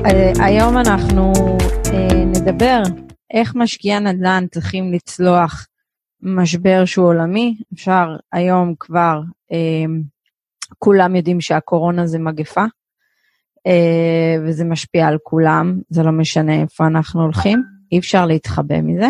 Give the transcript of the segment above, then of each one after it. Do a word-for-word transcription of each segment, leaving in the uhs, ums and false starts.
היום אנחנו נדבר איך משקיעי נדל"ן צריכים לצלוח משבר שהוא עולמי. אפשר היום כבר, כולם יודעים שהקורונה זה מגפה, וזה משפיע על כולם, זה לא משנה איפה אנחנו הולכים, אי אפשר להתחבא מזה.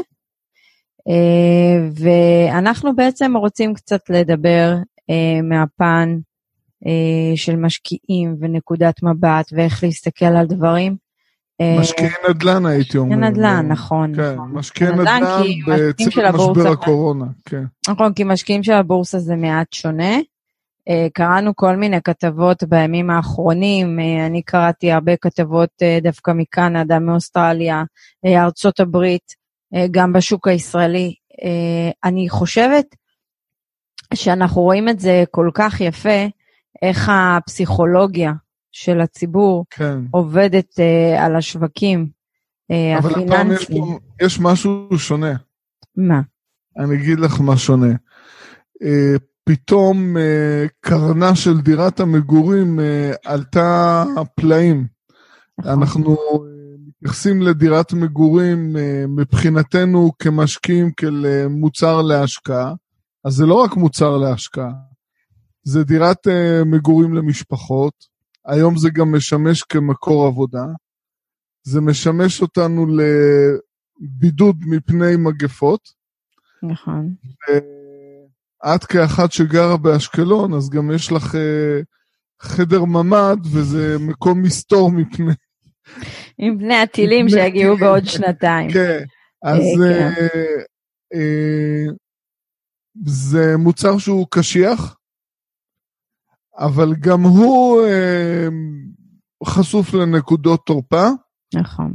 ואנחנו בעצם רוצים קצת לדבר מהפן של משקיעים ונקודת מבט ואיך להסתכל על דברים. משקיעי נדל"ן הייתי אומר. משקיעי נדל"ן, נכון. כן, משקיעי נדל"ן בצל משבר הקורונה. נכון, כי משקיעים של הבורסה זה מעט שונה. קראנו כל מיני כתבות בימים האחרונים, אני קראתי הרבה כתבות דווקא מקנדה, מאוסטרליה, ארצות הברית, גם בשוק הישראלי. אני חושבת שאנחנו רואים את זה כל כך יפה, איך הפסיכולוגיה של הציבור כן. עובדת uh, על השווקים uh, אבל הפיננסיים. אבל יש, יש משהו שונה. מה? אני אגיד לך מה שונה. Uh, פתאום uh, קרנה של דירת המגורים uh, עלתה פלאים. נכון. אנחנו uh, מתייחסים לדירת מגורים uh, מבחינתנו כמשקיעים כמוצר להשקעה. אז זה לא רק מוצר להשקעה. זה דירת uh, מגורים למשפחות, היום זה גם משמש כמקור עבודה, זה משמש אותנו לבידוד מפני מגפות. נכון. את כאחת שגרה באשקלון, אז גם יש לך uh, חדר ממד, וזה מקום מסתור מפני... עם פני הטילים שיגיעו בעוד שנתיים. כן, אז uh, uh, uh, זה מוצר שהוא קשיח, אבל גם הוא אה, חשוף לנקודות תורפה. נכון.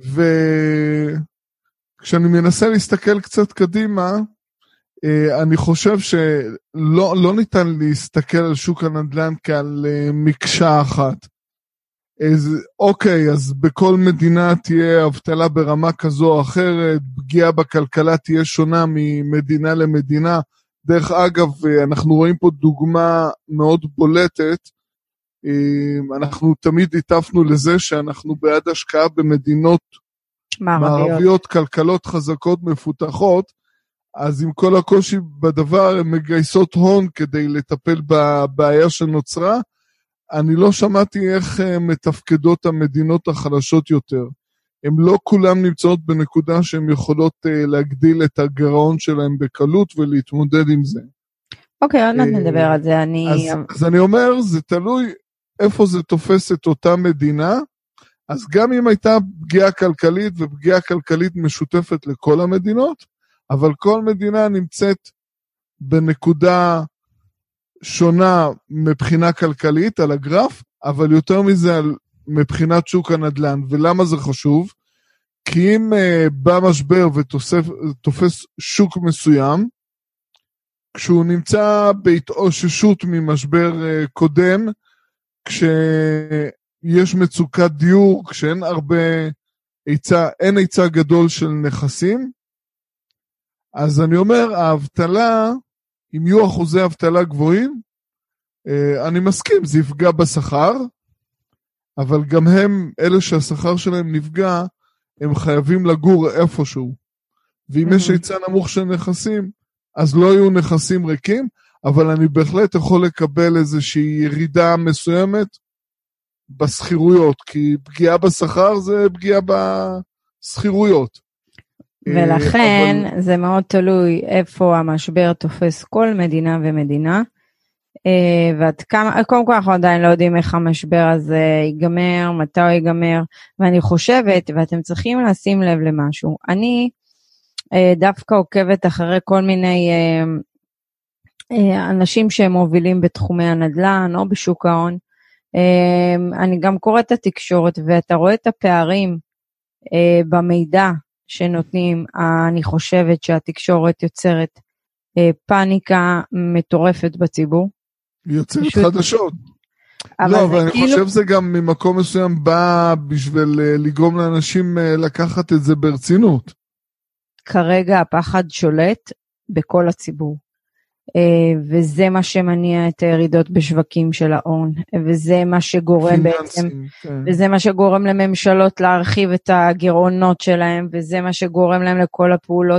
וכשאני מנסה להסתכל קצת קדימה, אה, אני חושב שלא לא ניתן להסתכל על שוק הנדל"ן כעל אה, מקשה אחת. אז, אוקיי, אז בכל מדינה תהיה אבטלה ברמה כזו או אחרת, פגיעה בכלכלה תהיה שונה ממדינה למדינה, דרך אגב, אנחנו רואים פה דוגמה מאוד בולטת, אנחנו תמיד התאפנו לזה שאנחנו בעד השקעה במדינות מערביות, מערביות כלכלות חזקות מפותחות, אז עם כל הקושי בדבר, הן מגייסות הון כדי לטפל בבעיה שנוצרה, אני לא שמעתי איך מתפקדות המדינות החלשות יותר. הן לא כולם נמצאות בנקודה שהן יכולות uh, להגדיל את הגרעון שלהן בקלות ולהתמודד עם זה. אוקיי, עוד מעט נדבר על זה. אני... אז, אז אני אומר, זה תלוי איפה זה תופס את אותה מדינה, אז גם אם הייתה פגיעה כלכלית, ופגיעה כלכלית משותפת לכל המדינות, אבל כל מדינה נמצאת בנקודה שונה מבחינה כלכלית על הגרף, אבל יותר מזה על מבחינת שוק הנדל"ן. ולמה זה חשוב? כי אם uh, בא משבר ותופס שוק מסוים, כשהוא נמצא בהתאוששות ממשבר uh, קודם, כשיש מצוקת דיור, כשאין הרבה היצע, אין היצע גדול של נכסים, אז אני אומר, האבטלה, אם יהיו אחוזי אבטלה גבוהים, uh, אני מסכים, זה יפגע בשכר, אבל גם הם, אלה שהשכר שלהם נפגע, הם חייבים לגור איפשהו. ואם יש היצע נמוך של נכסים, אז לא יהיו נכסים ריקים, אבל אני בהחלט יכול לקבל איזושהי ירידה מסוימת בסחירויות, כי פגיעה בשכר זה פגיעה בסחירויות. ולכן אבל... זה מאוד תלוי איפה המשבר תופס כל מדינה ומדינה, ועד כמה, קודם כל אנחנו עדיין לא יודעים איך המשבר הזה ייגמר, מתי הוא ייגמר, ואני חושבת, ואתם צריכים לשים לב למשהו, אני דווקא עוקבת אחרי כל מיני אנשים שהם מובילים בתחומי הנדל"ן או בשוק ההון, אני גם קוראת את התקשורת, ואתה רואה את הפערים במידע שנותנים, אני חושבת שהתקשורת יוצרת פאניקה מטורפת בציבור, יוצאת חדשות. לא, אבל אני חושב שזה גם ממקום מסוים בא בשביל לגרום לאנשים לקחת את זה ברצינות. כרגע הפחד שולט בכל הציבור. וזה מה שמניע את הירידות בשווקים של ההון, וזה מה שגורם בעצם, כן. וזה מה שגורם לממשלות להרחיב את הגירעונות שלהם, וזה מה שגורם להם לכל הפעולות,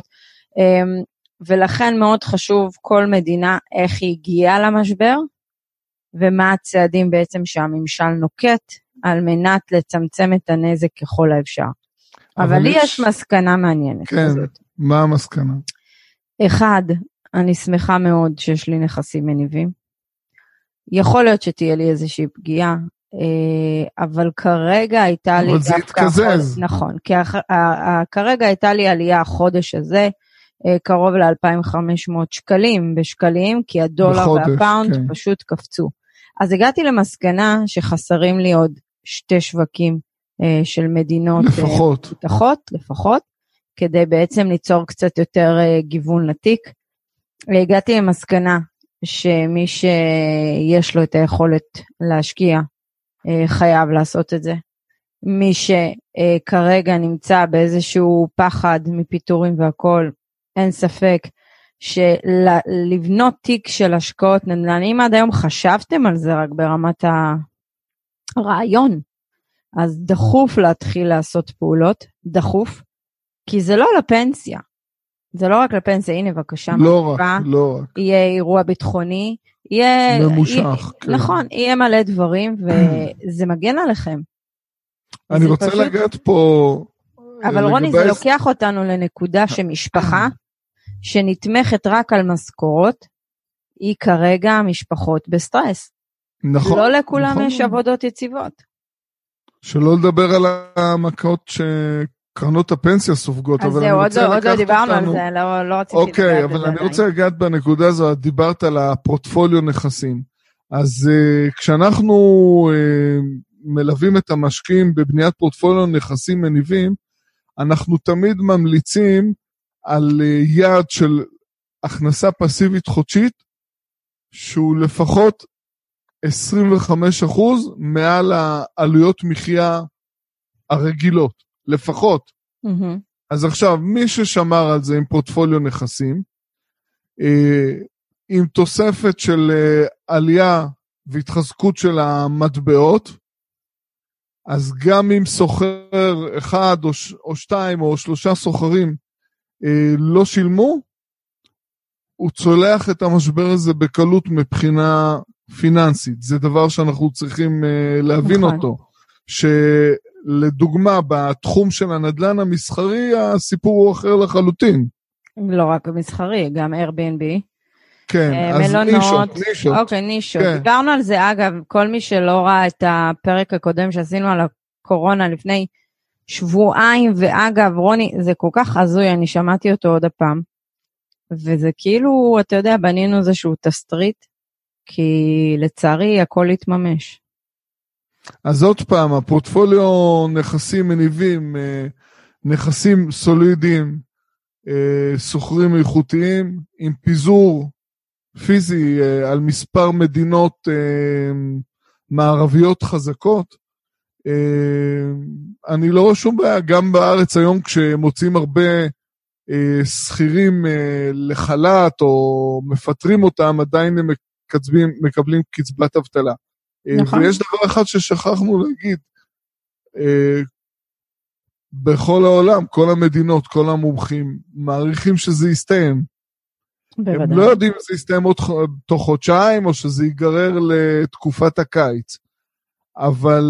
ולכן מאוד חשוב כל מדינה איך היא הגיעה למשבר, ומה הצעדים בעצם שהממשל נוקט, על מנת לצמצם את הנזק ככל האפשר. אבל, אבל לי יש... יש מסקנה מעניינת. כן, כזאת. מה המסקנה? אחד, אני שמחה מאוד שיש לי נכסים מניבים. יכול להיות שתהיה לי איזושהי פגיעה, אבל כרגע הייתה לי... אבל זה יתקזז. נכון, כי כרגע הייתה לי עלייה החודש הזה, קרוב ל-אלפיים וחמש מאות שקלים בשקלים, כי הדולר בחודש, והפאונד כן. פשוט קפצו. אז הגעתי למסקנה שחסרים לי עוד שתי שווקים של מדינות... לפחות. לפחות, לפחות, כדי בעצם ליצור קצת יותר גיוון לתיק. הגעתי למסקנה שמי שיש לו את היכולת להשקיע, חייב לעשות את זה. מי שכרגע נמצא באיזשהו פחד מפיטורים והכל, אין ספק שלבנות תיק של השקעות נדל"ן, אם עד היום חשבתם על זה רק ברמת הרעיון, אז דחוף להתחיל לעשות פעולות, דחוף, כי זה לא לפנסיה. זה לא רק לפנסיה, הנה בבקשה. לא רק, לא רק. יהיה אירוע ביטחוני, יהיה... ממושך. כן. נכון, יהיה מלא דברים, וזה מגן עליכם. אני רוצה פשוט... לגעת פה... אבל רוני, זה לוקח אותנו לנקודה שמשפחה, שנתמכת רק על משכורות, היא כרגע משפחות בסטרס. נכון. לא לכולם נכון. יש עבודות יציבות. שלא לדבר על המכות ש... קרנות הפנסיה סופגות, אבל אני רוצה לקחת אותנו... אז זהו, עוד לא דיברנו על זה, לא רציתי לדעת את זה. אוקיי, אבל אני רוצה לגעת בנקודה הזו, את דיברת על הפורטפוליו נכסים. אז כשאנחנו מלווים את המשקיעים בבניית פורטפוליו נכסים מניבים, אנחנו תמיד ממליצים על יעד של הכנסה פסיבית חודשית, שהוא לפחות עשרים וחמישה אחוז מעל העלויות מחיה הרגילות. לפחות. Mm-hmm. אז עכשיו, מי ששמר על זה עם פורטפוליו נכסים, אה, עם תוספת של אה, עלייה והתחזקות של המטבעות, אז גם אם סוחר אחד או, ש- או שתיים או שלושה סוחרים אה, לא שילמו, הוא צולח את המשבר הזה בקלות מבחינה פיננסית. זה דבר שאנחנו צריכים אה, להבין נכון. אותו. ש... לדוגמה, בתחום של הנדל"ן המסחרי, הסיפור הוא אחר לחלוטין. לא רק המסחרי, גם Airbnb. כן, אז נישות, נישות. אוקיי, נישות. דיברנו על זה, אגב, כל מי שלא ראה את הפרק הקודם שעשינו על הקורונה לפני שבועיים, ואגב, רוני, זה כל כך הזוי, אני שמעתי אותו עוד הפעם, וזה כאילו, אתה יודע, בנינו איזשהו תסטריט, כי לצערי הכל התממש. אז עוד פעם, הפורטפוליו נכסים מניבים, נכסים סולידיים, סוחרים איכותיים, עם פיזור פיזי על מספר מדינות מערביות חזקות. אני לא רואה שום בעיה, גם בארץ היום כשמוצאים הרבה שכירים לחל"ת או מפטרים אותם, עדיין הם מקצבים, מקבלים קצבת אבטלה. נכון. ויש דבר אחד ששכחנו להגיד, בכל העולם, כל המדינות, כל המומחים, מעריכים שזה יסתיים. בוודאי. הם לא יודעים אם זה יסתיים עוד תוך חודשיים, או שזה ייגרר לתקופת הקיץ. אבל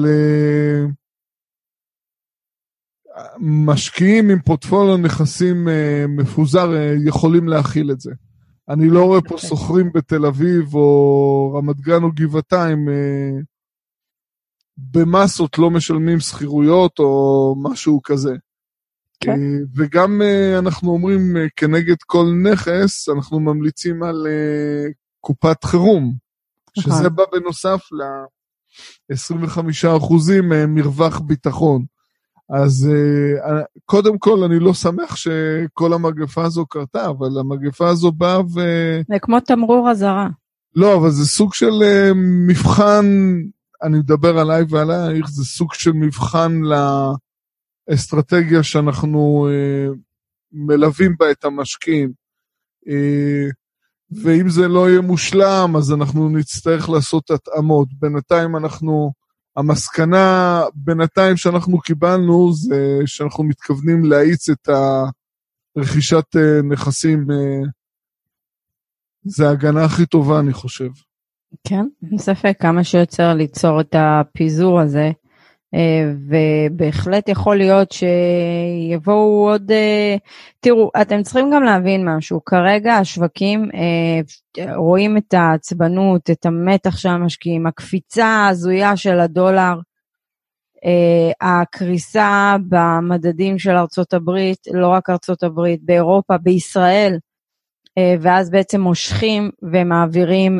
משקיעים עם פורטפוליו נכסים מפוזר יכולים להכיל את זה. אני לא רואה פה סוחרים בתל אביב או רמת גן או גבעתיים במסות לא משלמים שכירויות או משהו כזה. וגם אנחנו אומרים כנגד כל נכס, אנחנו ממליצים על קופת חירום, שזה בא בנוסף ל-עשרים וחמישה אחוזים מרווח ביטחון. אז קודם כל אני לא שמח שכל המגפה הזו קרתה, אבל המגפה הזו באה ו... זה כמו תמרור אזהרה. לא, אבל זה סוג של מבחן, אני מדבר עליי ועלייך, זה סוג של מבחן לאסטרטגיה שאנחנו מלווים בה את המשקיעים. ואם זה לא יהיה מושלם, אז אנחנו נצטרך לעשות התאמות. בינתיים אנחנו, המסקנה בינתיים שאנחנו קיבלנו, זה שאנחנו מתכוונים להאיץ את רכישת נכסים, זה ההגנה הכי טובה, אני חושב. כן, אין ספק, כמה שיוצר ליצור את הפיזור הזה, ובהחלט יכול להיות שיבואו עוד, תראו, אתם צריכים גם להבין משהו, כרגע השווקים רואים את העצבנות, את המתח של המשקיעים, הקפיצה הזויה של הדולר, הקריסה במדדים של ארצות הברית, לא רק ארצות הברית, באירופה, בישראל, ואז בעצם מושכים ומעבירים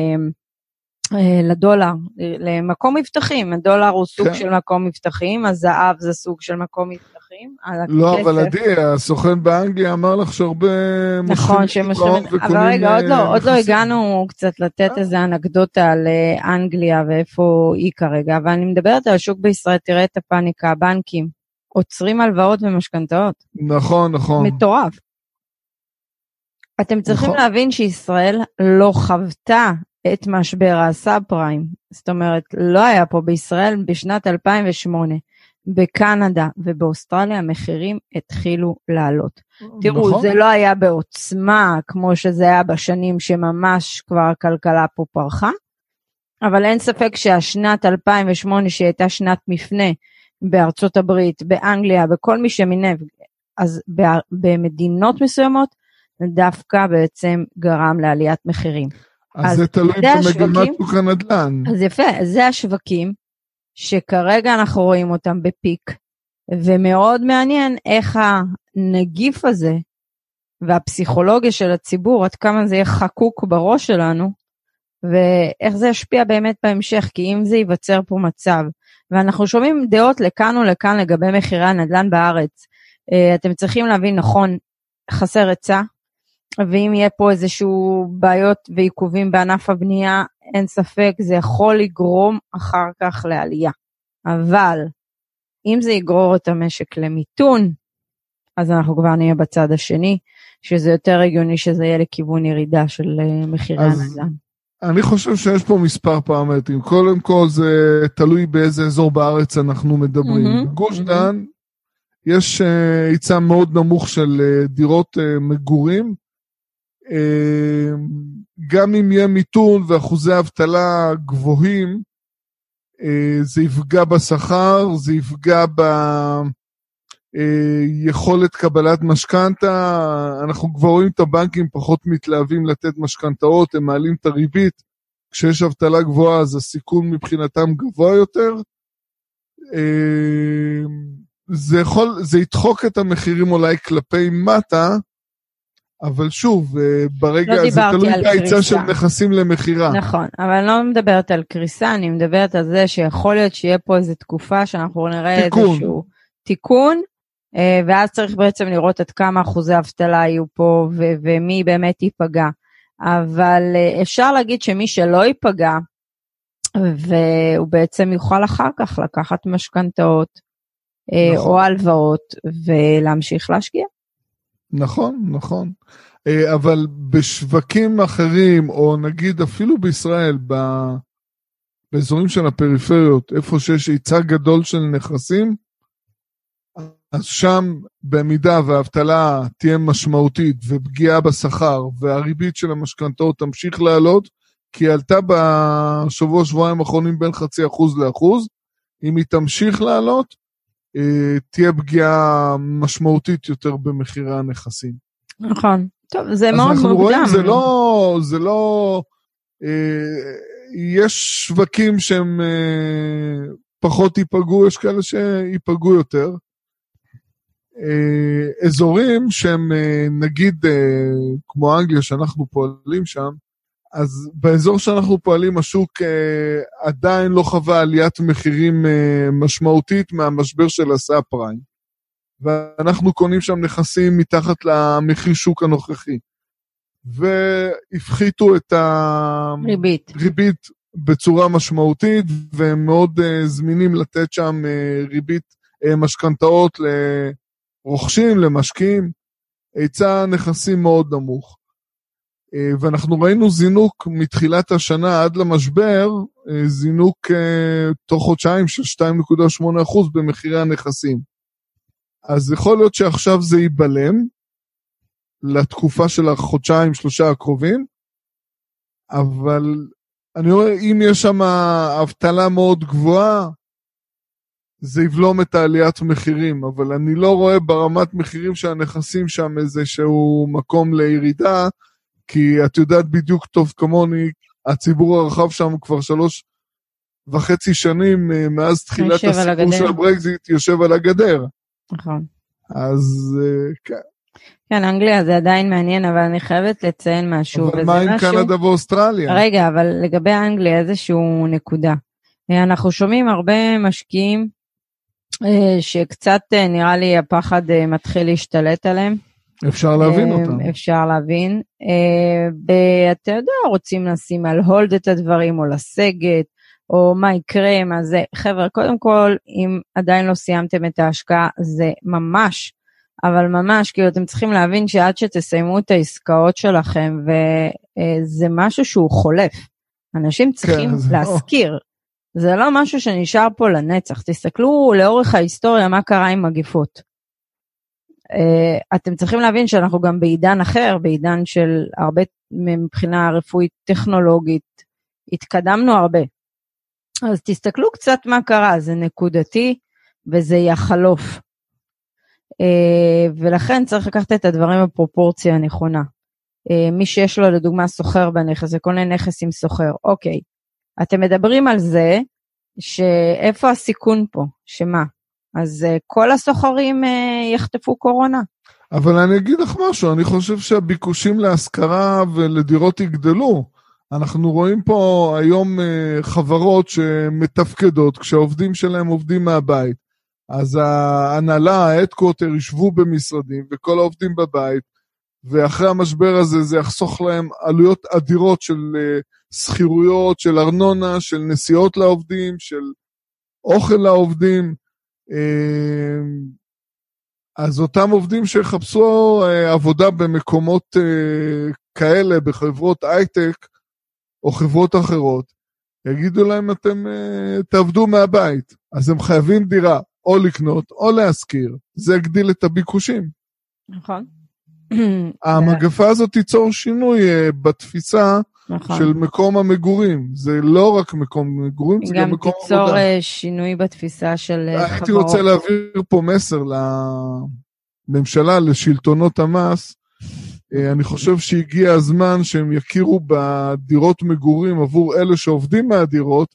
לדולר, למקום מבטחים, הדולר הוא סוג של מקום מבטחים, הזהב זה סוג של מקום מבטחים. לא, אבל עדי, הסוכן באנגליה אמר לך שהרבה נכון, שמושכים, אבל רגע, עוד לא הגענו קצת לתת איזה אנקדוטה על אנגליה ואיפה היא כרגע, אבל אני מדברת על השוק בישראל, תראה את הפאניקה, הבנקים עוצרים הלוואות ומשכנתאות. נכון, נכון. מטורף. אתם צריכים להבין שישראל לא חוותה את משבר הסאב פריים, זאת אומרת, לא היה פה בישראל בשנת אלפיים ושמונה, בקנדה ובאוסטרליה המחירים התחילו לעלות. תראו, נכון. זה לא היה בעוצמה כמו שזה היה בשנים שממש כבר הכלכלה פה פרחה, אבל אין ספק שהשנת אלפיים ושמונה שהייתה שנת מפנה בארצות הברית, באנגליה, בכל מי שמינב, אז במדינות מסוימות, דווקא בעצם גרם לעליית מחירים. אז, אז זה תלוי במגמת שוק הנדל"ן. אז יפה, זה השווקים שכרגע אנחנו רואים אותם בפיק, ומאוד מעניין איך הנגיף הזה והפסיכולוגיה של הציבור, עד כמה זה יהיה חקוק בראש שלנו, ואיך זה ישפיע באמת בהמשך, כי אם זה ייווצר פה מצב, ואנחנו שומעים דעות לכאן ולכאן לגבי מחירי הנדל"ן בארץ, אתם צריכים להבין נכון, חסר היצע, ואם יהיה פה איזשהו בעיות ועיכובים בענף הבנייה, אין ספק, זה יכול לגרום אחר כך לעלייה. אבל, אם זה יגרור את המשק למיתון, אז אנחנו כבר נהיה בצד השני, שזה יותר הגיוני שזה יהיה לכיוון ירידה של מחירי הנדל"ן. אני חושב שיש פה מספר פרמטרים. קודם כל זה תלוי באיזה אזור בארץ אנחנו מדברים. בגוש דן יש היצע מאוד נמוך של דירות מגורים, גם אם יהיה מיתון ואחוזי אבטלה גבוהים, זה יפגע בשכר, זה יפגע ביכולת קבלת משכנתה. אנחנו כבר רואים את הבנקים פחות מתלהבים לתת משכנתאות, הם מעלים את הריבית, כשיש אבטלה גבוהה אז הסיכון מבחינתם גבוה יותר. זה יכול, זה ידחוק את המחירים אולי כלפי מטה, אבל שוב, ברגע לא זה תלוי בהיצע של נכסים למחירה. נכון, אבל אני לא מדברת על קריסה, אני מדברת על זה שיכול להיות שיהיה פה איזו תקופה שאנחנו נראה תיקון. איזשהו תיקון, ואז צריך בעצם לראות עד כמה אחוזי אבטלה יהיו פה, ו- ומי באמת ייפגע. אבל אפשר להגיד שמי שלא ייפגע, והוא בעצם יוכל אחר כך לקחת משכנתאות, נכון. או הלוואות, ולהמשיך להשקיע. נכון, נכון. אבל בשווקים אחרים, או נגיד אפילו בישראל, באזורים של הפריפריות, איפה שיש היצע גדול של נכסים, אז שם במידה והאבטלה תהיה משמעותית, ופגיעה בשכר, והריבית של המשכנתאות תמשיך לעלות, כי היא עלתה בשבוע שבועיים האחרונים בין חצי אחוז לאחוז, אם היא תמשיך לעלות, תהיה פגיעה משמעותית יותר במחירי הנכסים. נכון. טוב, זה מאוד מוקדם. אז אנחנו רואים, זה לא, זה לא, יש שווקים שהם פחות ייפגעו, יש כאלה שיפגעו יותר. אזורים שהם נגיד כמו אנגליה שאנחנו פועלים שם, אז באזור שאנחנו פועלים השוק אה, עדיין לא חווה עליית מחירים אה, משמעותית מהמשבר של הסאב פריים. ואנחנו קונים שם נכסים מתחת למחיר שוק הנוכחי. והפחיתו את הריבית בצורה משמעותית, והם מאוד אה, זמינים לתת שם אה, ריבית אה, משכנתאות לרוכשים, למשקיעים. היצע נכסים מאוד נמוך. ואנחנו ראינו זינוק מתחילת השנה עד למשבר, זינוק תוך חודשיים של שתיים נקודה שמונה אחוז במחירי הנכסים. אז יכול להיות שעכשיו זה ייבלם לתקופה של החודשיים שלושה הקרובים, אבל אני רואה, אם יש שם אבטלה מאוד גבוהה, זה יבלום את העליית מחירים, אבל אני לא רואה ברמת מחירים שהנכסים שם איזשהו מקום לירידה, כי את יודעת בדיוק טוב כמוני, הציבור הרחב שם כבר שלוש וחצי שנים, מאז תחילת הסיפור של הברקזיט, יושב על הגדר. נכון. אז כן. כן, אנגליה זה עדיין מעניין, אבל אני חייבת לציין משהו. אבל מה עם משהו... קנדה ואוסטרליה? רגע, אבל לגבי אנגליה איזשהו נקודה. אנחנו שומעים הרבה משקיעים, שקצת נראה לי הפחד מתחיל להשתלט עליהם. אפשר להבין אותם. אפשר להבין. ואתה יודע, רוצים לשים על הולד את הדברים, או לסגת, או מה יקרה, מה זה. חבר'ה, קודם כל, אם עדיין לא סיימתם את ההשקעה, זה ממש, אבל ממש, כאילו אתם צריכים להבין שעד שתסיימו את העסקאות שלכם, וזה משהו שהוא חולף. אנשים צריכים כן, להזכיר. לא. זה לא משהו שנשאר פה לנצח. תסתכלו לאורך ההיסטוריה מה קרה עם מגיפות. אתם צריכים להבין שאנחנו גם בעידן אחר, בעידן של הרבה מבחינה רפואית טכנולוגית, התקדמנו הרבה. אז תסתכלו קצת מה קרה, זה נקודתי וזה יחלוף. ולכן צריך לקחת את הדברים בפרופורציה הנכונה. מי שיש לו לדוגמה סוחר בנכס, זה קונה נכס עם סוחר, אוקיי. אתם מדברים על זה, שאיפה הסיכון פה, שמה? אז כל הסוחרים יחטפו קורונה. אבל אני אגיד לך משהו, אני חושב שהביקושים להשכרה ולדירות יגדלו. אנחנו רואים פה היום חברות שמתפקדות, כשהעובדים שלהם עובדים מהבית. אז ההנהלה, ההדקווטר, ישבו במשרדים, וכל העובדים בבית, ואחרי המשבר הזה זה יחסוך להם עלויות אדירות של שכירויות, של ארנונה, של נסיעות לעובדים, של אוכל לעובדים. אז אותם עובדים שחפשו עבודה במקומות כאלה, בחברות הייטק, או חברות אחרות, יגידו להם אתם תעבדו מהבית. אז הם חייבים דירה, או לקנות, או להשכיר. זה יגדיל את הביקושים. נכון. המגפה הזאת תיצור שינוי בתפיסה נכון. של מקום המגורים. זה לא רק מקום מגורים, זה גם מקום עבודה. גם תיצור שינוי בתפיסה של חברות. הייתי רוצה להעביר פה מסר לממשלה, לשלטונות המס. אני חושב שהגיע הזמן שהם יכירו בדירות מגורים עבור אלה שעובדים מהדירות.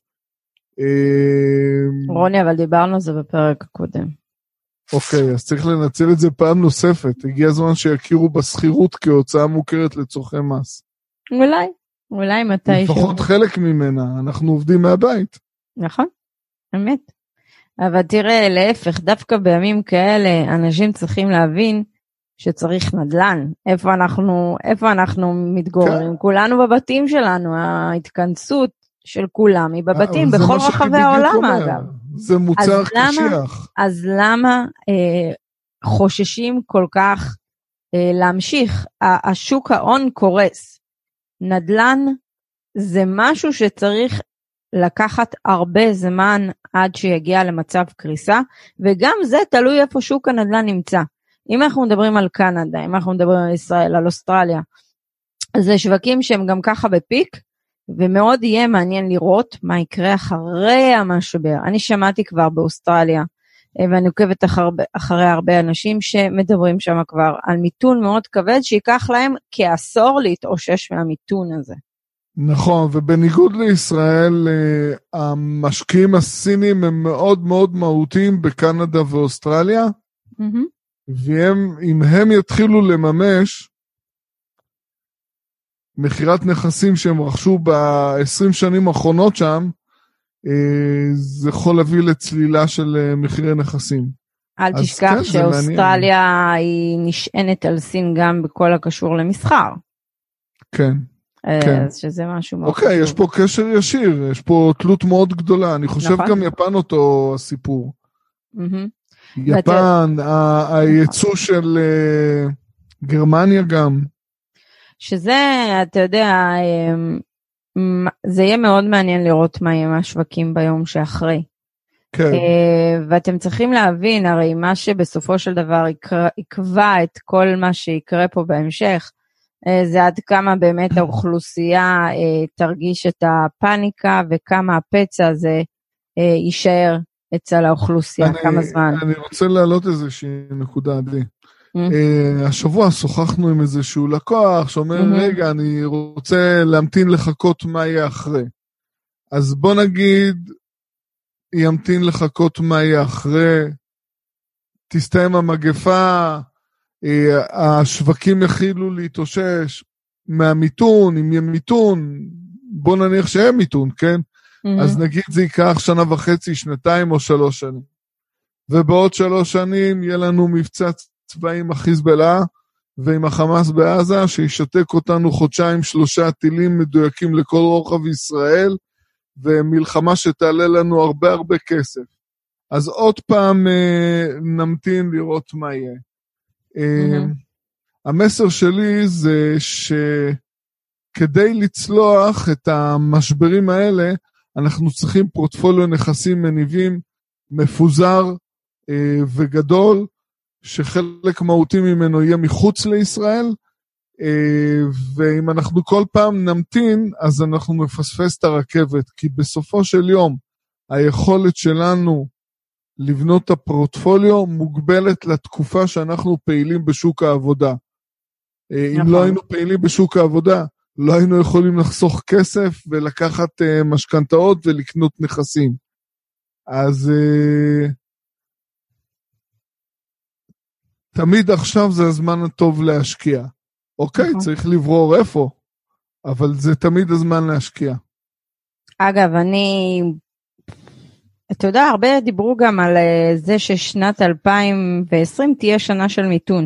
רוני, אבל דיברנו על זה בפרק הקודם. אוקיי, אז צריך לנצל את זה פעם נוספת. הגיע הזמן שיכירו בסחירות כהוצאה מוכרת לצורכי מס. אולי, אולי מתי שהוא. לפחות חלק ממנה, אנחנו עובדים מהבית. נכון, אמת. אבל תראה, להפך, דווקא בימים כאלה, אנשים צריכים להבין שצריך נדל"ן. איפה אנחנו, איפה אנחנו מתגוררים? כן. כולנו בבתים שלנו, ההתכנסות של כולם היא בבתים, בכל רחבי העולם אגב. זה מוצר קשיח. אז למה אה, חוששים כל כך אה, להמשיך? השוק ההון קורס. נדל"ן זה משהו שצריך לקחת הרבה זמן עד שיגיע למצב קריסה, וגם זה תלוי איפה שוק הנדל"ן נמצא. אם אנחנו מדברים על קנדה, אם אנחנו מדברים על ישראל, על אוסטרליה, זה שווקים שהם גם ככה בפיק, ומאוד יהיה מעניין לראות מה יקרה אחרי המשבר. אני שמעתי כבר באוסטרליה, ואני עוקבת אחר, אחרי הרבה אנשים שמדברים שם כבר על מיתון מאוד כבד, שיקח להם כעשור להתאושש מהמיתון הזה. נכון, ובניגוד לישראל, המשקיעים הסינים הם מאוד מאוד מהותיים בקנדה ואוסטרליה, mm-hmm. ואם הם יתחילו לממש מחירת נכסים שהם רכשו ב-עשרים שנים האחרונות שם, זה יכול להביא לצלילה של מחירי נכסים. אל תשכח כן, שאוסטרליה היא נשענת על סין גם בכל הקשור למסחר. כן. כן. אז שזה משהו מאוד אוקיי, חשוב. יש פה קשר ישיר, יש פה תלות מאוד גדולה. אני חושב נכון. גם יפן אותו הסיפור. Mm-hmm. יפן, ות... הייצוא של uh, גרמניה גם. שזה, אתה יודע, זה יהיה מאוד מעניין לראות מה יהיה מהשווקים ביום שאחרי. כן. ואתם צריכים להבין, הרי מה שבסופו של דבר יקבע את כל מה שיקרה פה בהמשך, זה עד כמה באמת האוכלוסייה תרגיש את הפאניקה, וכמה הפצע הזה יישאר אצל האוכלוסייה, אני, כמה זמן. אני רוצה להעלות איזושהי נקודה עדי. Mm-hmm. השבוע שוחחנו עם איזשהו לקוח, שאומר, mm-hmm. רגע, אני רוצה להמתין לחכות מה יהיה אחרי. אז בוא נגיד, ימתין לחכות מה יהיה אחרי, תסתיים המגפה, השווקים יחילו להתאושש מהמיתון, אם יהיה מיתון, בוא נניח שיהיה מיתון, כן? Mm-hmm. אז נגיד זה ייקח שנה וחצי, שנתיים או שלוש שנים. ובעוד שלוש שנים יהיה לנו מבצע צבאי עם החיזבאללה, ועם החמאס בעזה, שישתק אותנו חודשיים שלושה טילים מדויקים לכל רוחב ישראל, ומלחמה שתעלה לנו הרבה הרבה כסף. אז עוד פעם נמתין לראות מה יהיה. Mm-hmm. המסר שלי זה שכדי לצלוח את המשברים האלה, אנחנו צריכים פורטפוליו נכסים מניבים מפוזר וגדול, שחלק מהותי ממנו יהיה מחוץ לישראל, ואם אנחנו כל פעם נמתין, אז אנחנו מפספס את הרכבת, כי בסופו של יום, היכולת שלנו לבנות את הפורטפוליו מוגבלת לתקופה שאנחנו פעילים בשוק העבודה. אם לא היינו פעילים בשוק העבודה, לא היינו יכולים לחסוך כסף ולקחת משכנתאות ולקנות נכסים. אז תמיד עכשיו זה הזמן הטוב להשקיע. אוקיי, צריך לברור איפה, אבל זה תמיד הזמן להשקיע. אגב, אני, אתה יודע, הרבה דיברו גם על זה ששנת אלפיים ועשרים תהיה שנה של מיתון.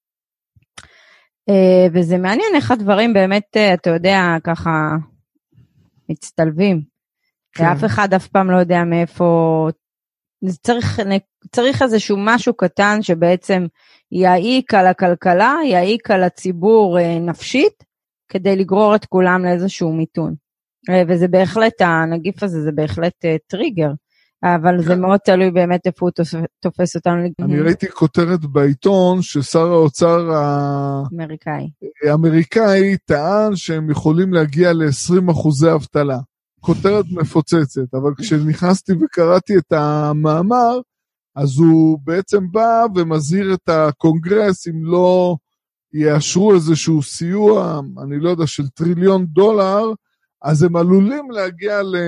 וזה מעניין איך הדברים באמת, אתה יודע, ככה מצטלבים. ואף אחד אף פעם לא יודע מאיפה, צריך, צריך איזשהו משהו קטן שבעצם יעיק על הכלכלה, יעיק על הציבור נפשית, כדי לגרור את כולם לאיזשהו מיתון. וזה בהחלט, הנגיף הזה זה בהחלט טריגר, אבל זה מאוד תלוי באמת איפה הוא תופס אותנו. אני ראיתי כותרת בעיתון ששר האוצר האמריקאי האמריקאי טען שהם יכולים להגיע ל-עשרים אחוזי אבטלה. כותרת מפוצצת, אבל כשנכנסתי וקראתי את המאמר, אז הוא בעצם בא ומזהיר את הקונגרס, אם לא יאשרו איזשהו סיוע, אני לא יודע, של טריליון דולר, אז הם עלולים להגיע ל...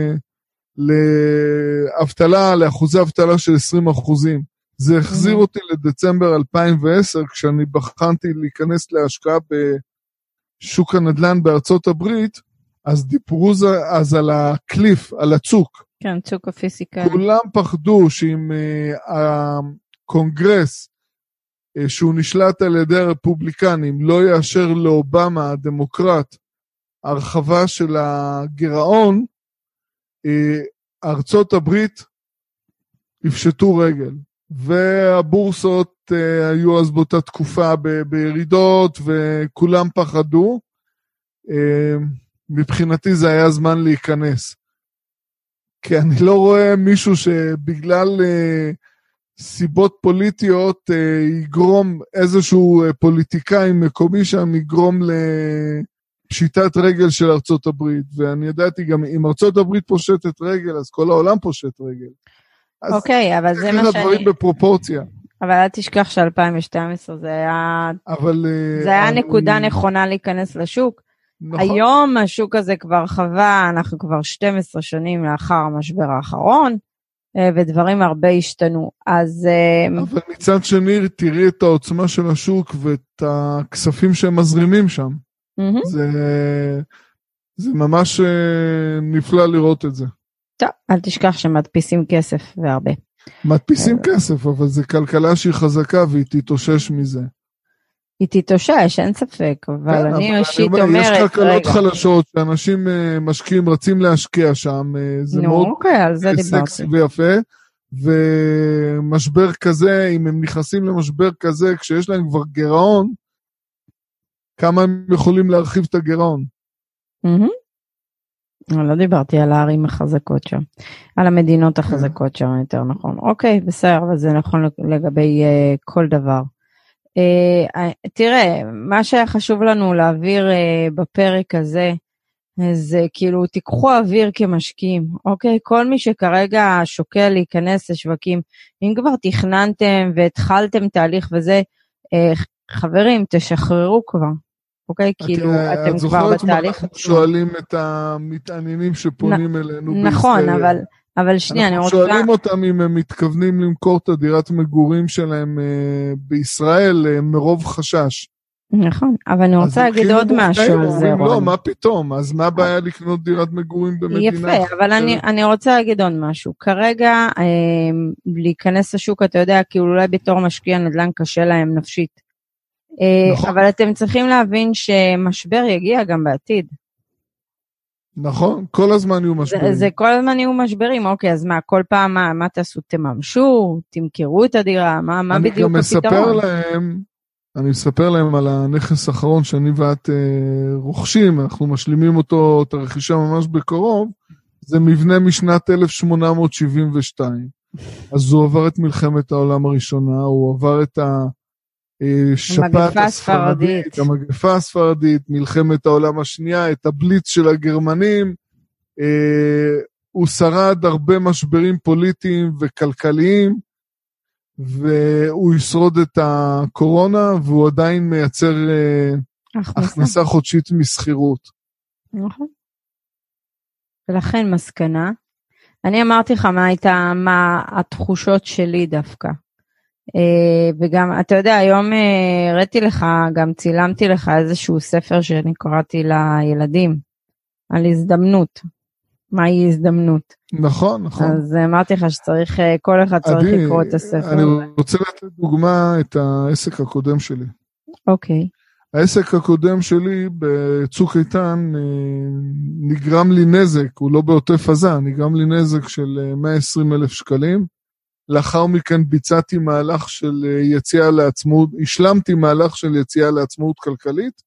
לאבטלה, לאחוזי אבטלה של עשרים אחוזים. זה החזיר אותי לדצמבר אלפיים ועשר, כשאני בחנתי להיכנס להשקעה בשוק הנדל"ן בארצות הברית, אז דיברו אז על הקליף, על הצוק. כן, צוק הפיזיקה. כולם פחדו שאם uh, הקונגרס, uh, שהוא נשלט על ידי הרפובליקנים, לא יאשר לאובמה, הדמוקרט, הרחבה של הגירעון, uh, ארצות הברית יפשטו רגל. והבורסות uh, היו אז באותה תקופה ב- בירידות, וכולם פחדו. Uh, מבחינתי זה היה זמן להיכנס. כי אני לא רואה מישהו שבגלל uh, סיבות פוליטיות uh, יגרום איזשהו uh, פוליטיקאי מקומי שם, יגרום לפשיטת רגל של ארצות הברית. ואני ידעתי גם, אם ארצות הברית פושטת רגל, אז כל העולם פושט רגל. אוקיי, אבל זה מה שאני... הדברים בפרופורציה. אבל אל תשכח ש-אלפיים ושתים עשרה זה היה... אבל... זה היה אני... נקודה נכונה להיכנס לשוק. נכון. היום השוק הזה כבר חווה, אנחנו כבר שתים עשרה שנים לאחר המשבר האחרון, ודברים הרבה השתנו. אז... אבל מצד שני, תראי את העוצמה של השוק, ואת הכספים שהם מזרימים שם. Mm-hmm. זה, זה ממש נפלא לראות את זה. טוב, אל תשכח שמדפיסים כסף והרבה. מדפיסים כסף, אבל זה כלכלה שהיא חזקה, והיא תתאושש מזה. היא תתאושש, אין ספק, אבל אני אישית אומרת, יש כלכלות חלשות, שאנשים משקיעים, רצים להשקיע שם, זה מאוד סקסי ויפה, ומשבר כזה, אם הם נכנסים למשבר כזה, כשיש להם כבר גירעון, כמה הם יכולים להרחיב את הגירעון. לא דיברתי על הערים החזקות שם, על המדינות החזקות שם יותר נכון. אוקיי, בסדר, אבל זה נכון לגבי כל דבר. תראה, מה שהיה חשוב לנו להעביר בפרק הזה, זה כאילו תיקחו אוויר כמשקיעים, אוקיי? כל מי שכרגע שוקל להיכנס לשווקים, אם כבר תכננתם והתחלתם תהליך וזה, חברים, תשחררו כבר, אוקיי? כאילו אתם כבר בתהליך. את זוכרת מה שואלים את המתעניינים שפונים אלינו? נכון, אבל... אבל שנייה, אני רוצה... אנחנו שואלים אותם אם הם מתכוונים למכור את הדירת מגורים שלהם בישראל מרוב חשש. נכון, אבל אני רוצה להגיד עוד משהו על זה. לא, מה פתאום? אז מה הבעיה לקנות דירת מגורים במדינה? יפה, אבל אני, אני רוצה להגיד עוד משהו. כרגע, להיכנס לשוק, אתה יודע, כאילו אולי בתור משקיע נדל"ן קשה להם נפשית. נכון. אבל אתם צריכים להבין שמשבר יגיע גם בעתיד. נכון, כל הזמן יהיו משברים. זה, זה כל הזמן יהיו משברים, אוקיי, אז מה, כל פעם, מה, מה תעשו? תממשו, תמכרו את הדירה, מה, מה בדיוק הפתרון? אני גם מספר להם, אני מספר להם על הנכס האחרון שאני ואת אה, רוכשים, אנחנו משלימים אותו, את הרכישה ממש בקרוב, זה מבנה משנת אלף שמונה מאות שבעים ושתיים. אז הוא עבר את מלחמת העולם הראשונה, הוא עבר את ה... שפעת הספרדית, המגפה הספרדית, מלחמת העולם השנייה, את הבליץ של הגרמנים, הוא שרד הרבה משברים פוליטיים וכלכליים, והוא ישרוד את הקורונה, והוא עדיין מייצר הכנסה חודשית מסחירות. נכון. ולכן מסקנה, אני אמרתי לך מה הייתה, מה התחושות שלי דווקא. וגם, אתה יודע, היום הראיתי לך, גם צילמתי לך איזשהו ספר שאני קראתי לילדים, על הזדמנות. מהי הזדמנות? נכון, נכון. אז אמרתי לך שצריך, כל אחד צריך אני, לקרוא את הספר. אני רוצה לתת דוגמה את העסק הקודם שלי. אוקיי. העסק הקודם שלי בצוק איתן נגרם לי נזק, הוא לא בעוטף עזה, נגרם לי נזק של מאה ועשרים אלף שקלים. לאחר מכן ביצעתי מהלך של יציאה לעצמאות, השלמתי מהלך של יציאה לעצמאות כלכלית,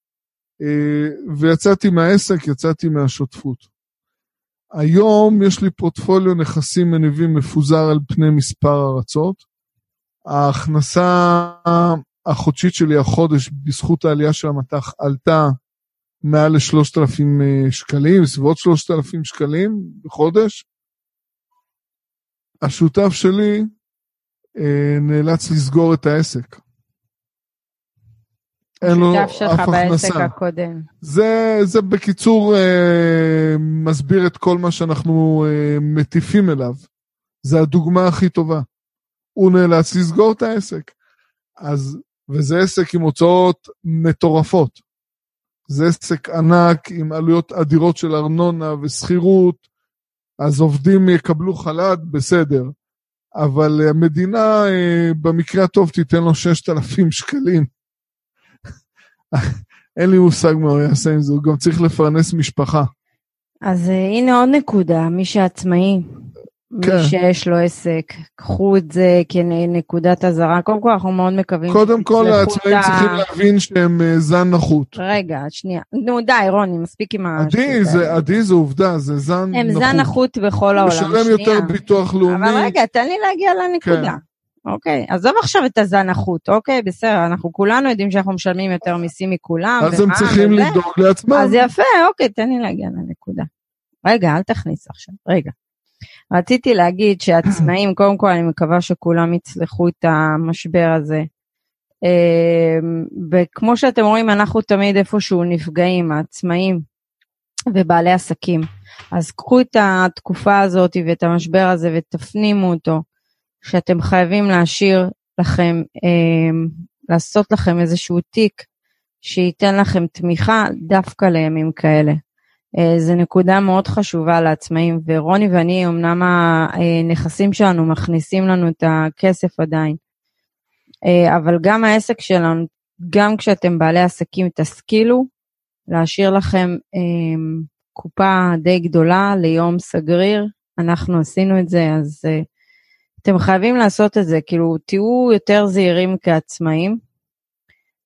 ויצאתי מהעסק, יצאתי מהשותפות. היום יש לי פורטפוליו נכסים מניבים מפוזר על פני מספר ארצות. ההכנסה החודשית שלי החודש, בזכות העלייה של המטח, עלתה מעל ל-שלושת אלפים שקלים, סביבות שלושת אלפים שקלים בחודש. השותף שלי אה, נאלץ לסגור את העסק. אין לו אף הכנסה. השותף שלך בעסק הקודם. זה, זה בקיצור אה, מסביר את כל מה שאנחנו אה, מטיפים אליו. זה הדוגמה הכי טובה. הוא נאלץ לסגור את העסק. אז, וזה עסק עם הוצאות מטורפות. זה עסק ענק עם עלויות אדירות של ארנונה וסחירות, אז עובדים יקבלו חל"ת, בסדר. אבל המדינה במקרה הטוב תיתן לו שישת אלפים שקלים. אין לי מושג מה הוא יעשה עם זה, הוא גם צריך לפרנס משפחה. אז הנה עוד נקודה, מי שעצמאי, כן. מי שיש לו עסק, קחו את זה כנקודת הזרה. קודם כל אנחנו מאוד מקווים. קודם כל העצמאים צריכים להבין שהם זן נחות. רגע, שנייה. נו די רוני, מספיק עם ה... עדי זה, עדי זה עובדה, זה זן נחות. הם זן נחות בכל העולם. משלם יותר ביטוח לאומי. אבל רגע, תן לי להגיע לנקודה. אוקיי, עזוב עכשיו את הזן נחות, אוקיי, בסדר, אנחנו כולנו יודעים שאנחנו משלמים יותר מיסים מכולם. אז הם צריכים לדאוג לעצמם. אז יפה, אוקיי, תן לי להגיע לנקודה. רגע, אל תכניס עכשיו, רגע. רציתי להגיד שעצמאים, קודם כל אני מקווה שכולם יצלחו את המשבר הזה. וכמו שאתם רואים, אנחנו תמיד איפשהו נפגעים, העצמאים ובעלי עסקים. אז קחו את התקופה הזאת ואת המשבר הזה ותפנימו אותו, שאתם חייבים להשאיר לכם, לעשות לכם איזשהו תיק, שייתן לכם תמיכה דווקא לימים כאלה. זה נקודה מאוד חשובה לעצמאים, ורוני ואני, אמנם הנכסים שלנו מכניסים לנו את הכסף עדיין, אבל גם העסק שלנו, גם כשאתם בעלי עסקים, תשכילו להשאיר לכם קופה די גדולה ליום סגריר, אנחנו עשינו את זה, אז אתם חייבים לעשות את זה, כאילו תהיו יותר זהירים כעצמאים,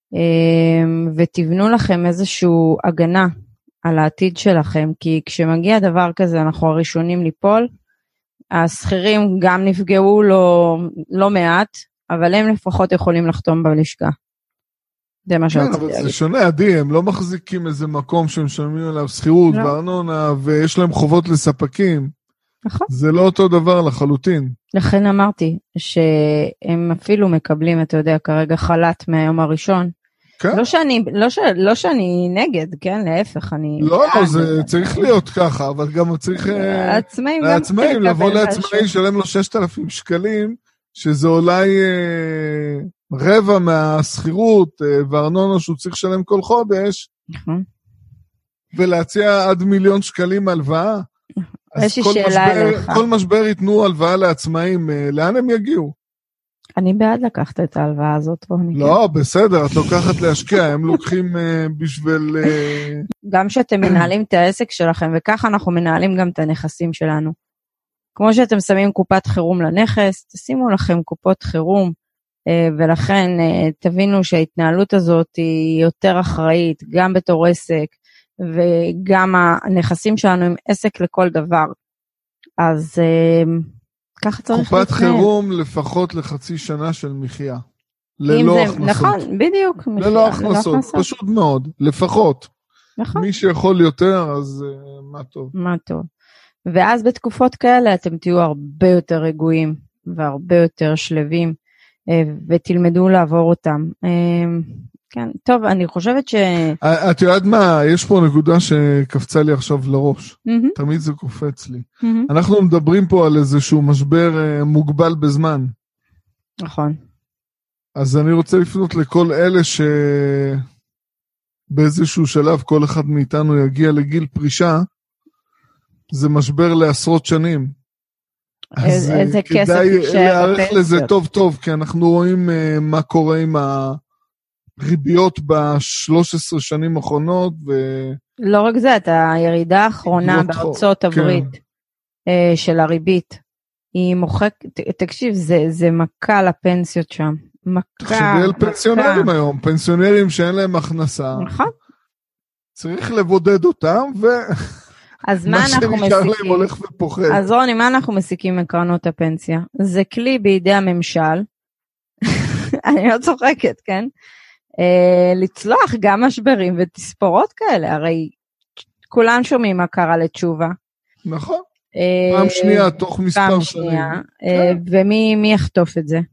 ותבנו לכם איזשהו הגנה על העתיד שלכם, כי כשמגיע דבר כזה אנחנו הראשונים ליפול, השכירים גם נפגעו לא, לא מעט, אבל הם לפחות יכולים לחתום בלשכה. זה מה שרציתי להגיד. כן, אבל זה שונה, עדי, הם לא מחזיקים איזה מקום שהם משלמים עליו שכירות וארנונה, ויש להם חובות לספקים. נכון. זה לא אותו דבר לחלוטין. לכן אמרתי שהם אפילו מקבלים, אתה יודע, כרגע חל"ת מהיום הראשון. כן. לא שאני, לא ש, לא שאני נגד, כן, להפך, אני... לא, לא, זה צריך להיות ככה, אבל גם צריך... עצמאים גם... לעצמאים, לבוא לעצמאי, שלם לו שישת אלפים שקלים, שזה אולי אה, רבע מהשכירות, אה, וארנונה שהוא צריך לשלם כל חודש, נכון. ולהציע עד מיליון שקלים הלוואה. יש לי שאלה אליך. כל משבר ייתנו הלוואה לעצמאים, אה, לאן הם יגיעו? אני בעד לקחת את ההלוואה הזאת. לא, בסדר, את לוקחת להשקיע, הם לוקחים uh, בשביל... Uh... גם שאתם מנהלים את העסק שלכם, וככה אנחנו מנהלים גם את הנכסים שלנו. כמו שאתם שמים קופת חירום לנכס, תשימו לכם קופות חירום, uh, ולכן uh, תבינו שההתנהלות הזאת היא יותר אחראית, גם בתור עסק, וגם הנכסים שלנו הם עסק לכל דבר. אז... Uh, קופת חירום לפחות לחצי שנה של מחיה. ללא זה, הכנסות. נכון, בדיוק. מחיה, ללא הכנסות, הכנסות, פשוט מאוד, לפחות. נכון. מי שיכול יותר, אז uh, מה טוב. מה טוב. ואז בתקופות כאלה אתם תהיו הרבה יותר רגועים, והרבה יותר שלבים, ותלמדו לעבור אותם. כן, טוב, אני חושבת ש... את יודעת מה, יש פה נקודה שקפצה לי עכשיו לראש. Mm-hmm. תמיד זה קופץ לי. Mm-hmm. אנחנו מדברים פה על איזשהו משבר מוגבל בזמן. נכון. אז אני רוצה לפנות לכל אלה שבאיזשהו שלב כל אחד מאיתנו יגיע לגיל פרישה, זה משבר לעשרות שנים. אז איזה כסף כדאי להערך לזה טוב טוב, כי אנחנו רואים מה קורה עם ה... ריביות ב-שלוש עשרה שנים האחרונות. ו... לא רק זה, את הירידה האחרונה בארצות הברית כן. של הריבית, היא מוחק, תקשיב, זה, זה מכה לפנסיות שם. מכה, תחשבי על פנסיונרים היום, פנסיונרים שאין להם הכנסה. נכון. צריך לבודד אותם, ו... אז מה אנחנו מסיקים? הולך ופוחד. אז רוני, מה אנחנו מסיקים מקרנות הפנסיה? זה כלי בידי הממשל, אני לא צוחקת, כן? לצלוח גם משברים ותספורות כאלה, הרי כולם שומעים מה קרה לתשובה. נכון. פעם שנייה, תוך מספר שנים. ומי יחטוף את זה?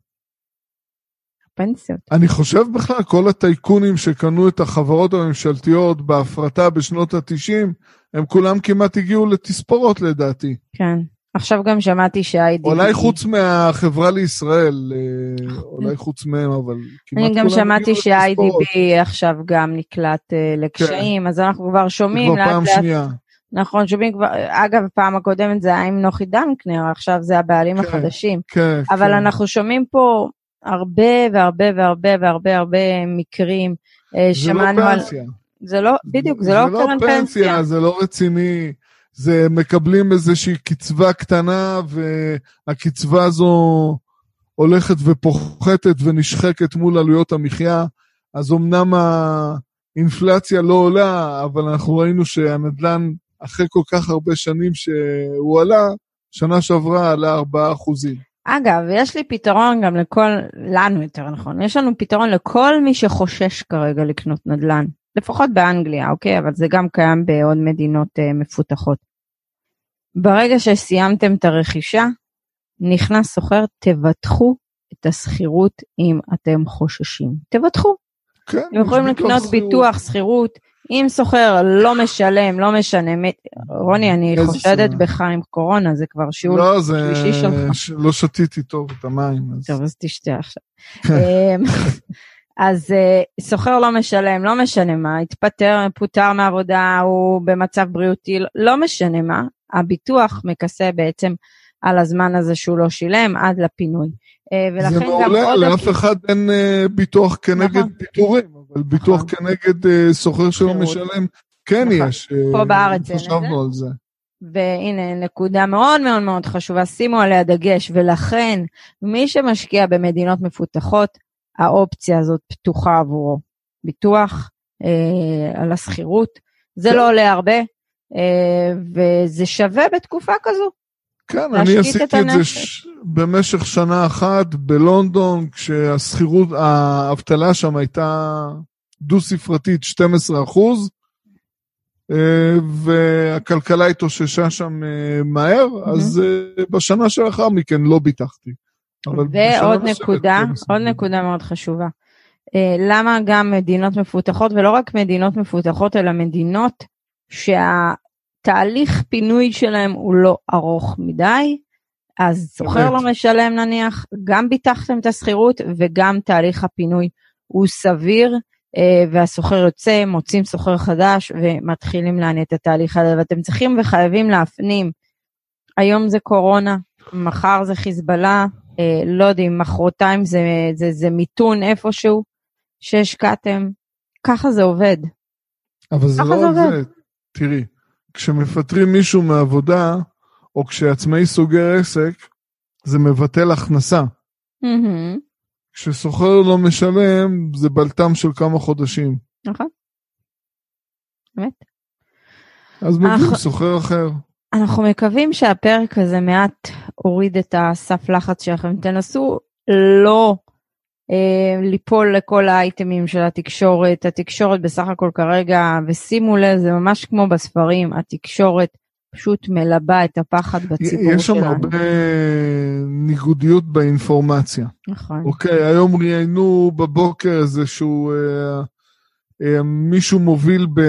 הפנסיות. אני חושב בכלל, כל הטייקונים שקנו את החברות הממשלתיות בהפרטה בשנות ה-תשעים, הם כולם כמעט הגיעו לתספורות לדעתי. כן. עכשיו גם שמעתי שה-איי די בי... אולי חוץ מהחברה לישראל, אולי חוץ מהם, אבל כמעט אני גם שמעתי שה-איי די בי עכשיו גם נקלט לקשיים, אז אנחנו כבר שומעים... כבר פעם שנייה. נכון, שומעים כבר, אגב, פעם הקודמת זה היה עם נוחי דנקנר, עכשיו זה הבעלים החדשים. כן, כן. אבל אנחנו שומעים פה הרבה והרבה והרבה והרבה הרבה מקרים. זה לא פנסיה. זה לא, בדיוק, זה לא קרן פנסיה. זה לא רציני. זה מקבלים איזושהי קצבה קטנה, והקצבה הזו הולכת ופוחתת ונשחקת מול עלויות המחיה, אז אמנם האינפלציה לא עולה, אבל אנחנו ראינו שהנדלן, אחרי כל כך הרבה שנים שהוא עלה, שנה שעברה עלה ארבעה אחוזים. אגב, יש לי פתרון גם לכל, לנו יותר נכון, יש לנו פתרון לכל מי שחושש כרגע לקנות נדלן. לפחות באנגליה, אוקיי? אבל זה גם קיים בעוד מדינות uh, מפותחות. ברגע שסיימתם את הרכישה, נכנס סוחר, תבטחו את הסחירות אם אתם חוששים. תבטחו. כן. אתם יכולים לקנות ביטוח סחירות, אם סוחר לא משלם, לא משנה. רוני, אני חושדת בך עם קורונה, זה כבר שיעור לא, שלישי שלך. לא, לא שתיתי טוב את המים. אז... טוב, אז תשתה עכשיו. אז uh, סוחר לא משלם, לא משנה מה, התפטר, פוטר מעבודה, הוא במצב בריאותי, לא משנה מה, הביטוח מכסה בעצם על הזמן הזה שהוא לא שילם עד לפינוי. Uh, זה מעולה, לאף אחד אין uh, ביטוח כנגד נכון. פיטורים, אבל ביטוח נכון. כנגד uh, סוחר שלא משלם, כן נכון. יש. פה uh, בארץ חשבנו על זה. והנה נקודה מאוד מאוד מאוד חשובה, שימו עליה דגש, ולכן מי שמשקיע במדינות מפותחות, האופציה הזאת פתוחה עבורו. ביטוח אה, על הסחירות, זה לא עולה הרבה, אה, וזה שווה בתקופה כזו. כן, אני עשיתי את זה ש... במשך שנה אחת בלונדון, כשהסחירות, האבטלה שם הייתה דו-ספרתית שנים עשר אחוז, והכלכלה התאוששה שם מהר, אז בשנה שלאחר מכן לא ביטחתי. ועוד נקודה, עוד נקודה מאוד חשובה. למה גם מדינות מפותחות, ולא רק מדינות מפותחות, אלא מדינות שהתהליך פינוי שלהם הוא לא ארוך מדי, אז סוחר לא משלם נניח, גם ביטחתם את הסחירות, וגם תהליך הפינוי הוא סביר, והסוחר יוצא, מוצאים סוחר חדש, ומתחילים לעניין את התהליך הזה, ואתם צריכים וחייבים להפנים, היום זה קורונה, מחר זה חיזבאללה, לא יודעים, מחרתיים זה, זה, זה מיתון איפשהו, שהשקעתם, ככה זה עובד. אבל זה לא עובד, תראי, כשמפטרים מישהו מעבודה, או כשעצמאי סוגר עסק, זה מבטל הכנסה. Mm-hmm. כשסוחר לא משלם, זה בלטם של כמה חודשים. נכון. באמת. אז מביאים סוחר אחר. אנחנו מקווים שהפרק הזה מעט הוריד את הסף לחץ שלכם. תנסו לא אה, ליפול לכל האייטמים של התקשורת. התקשורת בסך הכל כרגע, ושימו לב, זה ממש כמו בספרים, התקשורת פשוט מלבה את הפחד בציבור שלנו. יש שם הרבה ניגודיות באינפורמציה. נכון. אוקיי, היום ראיינו בבוקר איזשהו, אה, אה, מישהו מוביל ב,